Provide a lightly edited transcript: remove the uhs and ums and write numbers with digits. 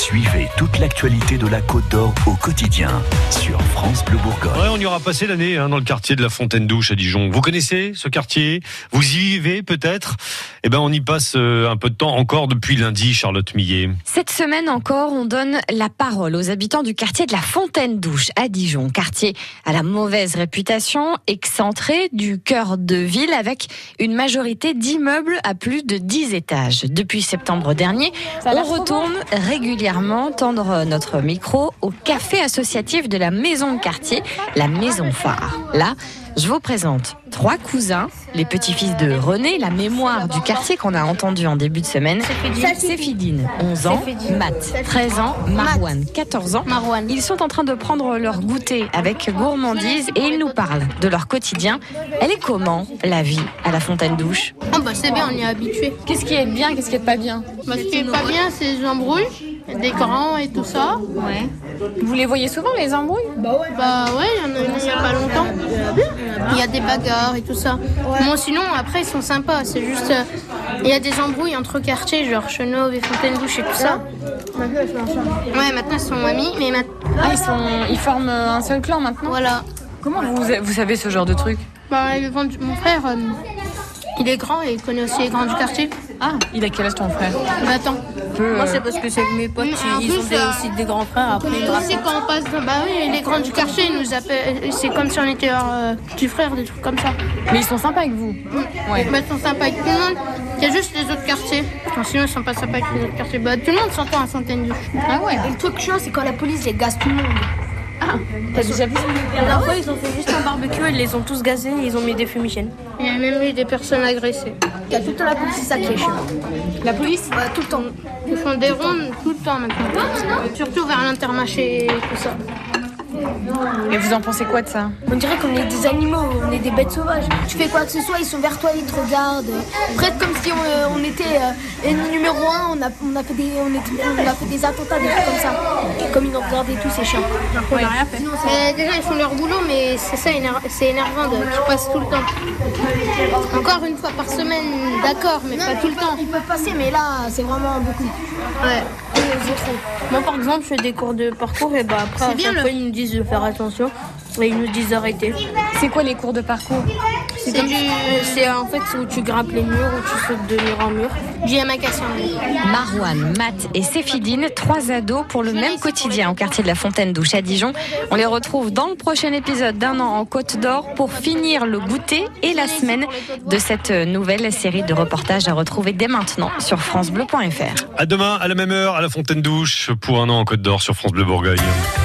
Suivez toute l'actualité de la Côte d'Or au quotidien sur France Bleu Bourgogne. Ouais, on y aura passé l'année dans le quartier de la Fontaine-Douche à Dijon. Vous connaissez ce quartier ? Vous y vivez peut-être ? Eh ben, on y passe un peu de temps encore depuis lundi, Charlotte Millet. Cette semaine encore, on donne la parole aux habitants du quartier de la Fontaine-Douche à Dijon. Quartier à la mauvaise réputation, excentré du cœur de ville avec une majorité d'immeubles à plus de 10 étages. Depuis septembre dernier, on retourne régulièrement tendre notre micro au café associatif de la maison de quartier, la Maison Phare. Là, je vous présente 3 cousins, les petits-fils de René, la mémoire du quartier qu'on a entendu en début de semaine. Séphidine, 11 ans, Matt, 13 ans, Marouane, 14 ans. Ils sont en train de prendre leur goûter avec gourmandise et ils nous parlent de leur quotidien. Elle est comment, la vie à la Fontaine-Douche ? C'est bien, on y est habitué. Qu'est-ce qui est bien, qu'est-ce qui est pas bien ? Ce qui est pas bien, c'est les embrouilles, des grands et tout ça. Ouais. Vous les voyez souvent, les embrouilles ? Bah ouais, il y en a eu il y a pas longtemps. Il y a des bagarres et tout ça. Bon, sinon, après, ils sont sympas. C'est juste, il y a des embrouilles entre quartiers, genre Chenauve et Fontaine-Douche et tout ça. Ouais, maintenant, ils sont amis. Mais Ils forment un seul clan maintenant ? Voilà. Comment vous savez ce genre de truc ? Mon frère, il est grand et il connaît aussi les grands du quartier. Ah, il a quel âge ton frère ? 20 ans. Moi, c'est parce que c'est mes potes, ils ont aussi des grands frères. Après, ils aussi, quand on passe, les grands du quartier, ils nous appellent. C'est comme si on était leur petit frère, des trucs comme ça. Mais ils sont sympas avec vous ? Ouais. Ils sont sympas avec tout le monde. Il y a juste les autres quartiers. Sinon, ils sont pas sympas avec les autres quartiers. Tout le monde s'entend à Fontaine-Douche. Ah ouais. Et le truc chiant, c'est quand la police les gaze tout le monde. Ah, t'as déjà vu ça ? La dernière fois, ils ont fait juste un barbecue, ils les ont tous gazés et ils ont mis des fumigènes. Il y a même eu des personnes agressées. Il y a tout le temps la police, c'est ça qui est chiant. La police ? Ouais, tout le temps. Ils font des rondes tout le temps maintenant. Surtout vers l'Intermarché et tout ça. Et vous en pensez quoi de ça ? On dirait qu'on est des animaux, on est des bêtes sauvages. Tu fais quoi que ce soit, ils sont vers toi, ils te regardent. Presque comme si on était ennemi numéro 1, on a fait des attentats, des trucs comme ça. Et comme ils nous regardaient tous, c'est chiant. On n'a rien fait. Déjà, ils font leur boulot, mais c'est ça, c'est énervant qu'ils passent tout le temps. Encore une fois par semaine, d'accord, mais pas tout le temps. Ils peuvent passer, mais là, c'est vraiment beaucoup. Ouais. C'est trop. Moi, par exemple, je fais des cours de parcours et après, à chaque fois, ils nous disent de faire attention et ils nous disent d'arrêter. C'est quoi les cours de parcours ? C'est en fait où tu grimpes les murs, où tu sautes de mur en mur. Diamacation. Marouane, Matt et Séphidine, 3 ados pour le même quotidien au quartier de la Fontaine-Douche à Dijon. On les retrouve dans le prochain épisode d'Un an en Côte d'Or pour finir le goûter et la semaine de cette nouvelle série de reportages à retrouver dès maintenant sur francebleu.fr. À demain, à la même heure, à la Fontaine-Douche, pour Un an en Côte d'Or sur France Bleu Bourgogne.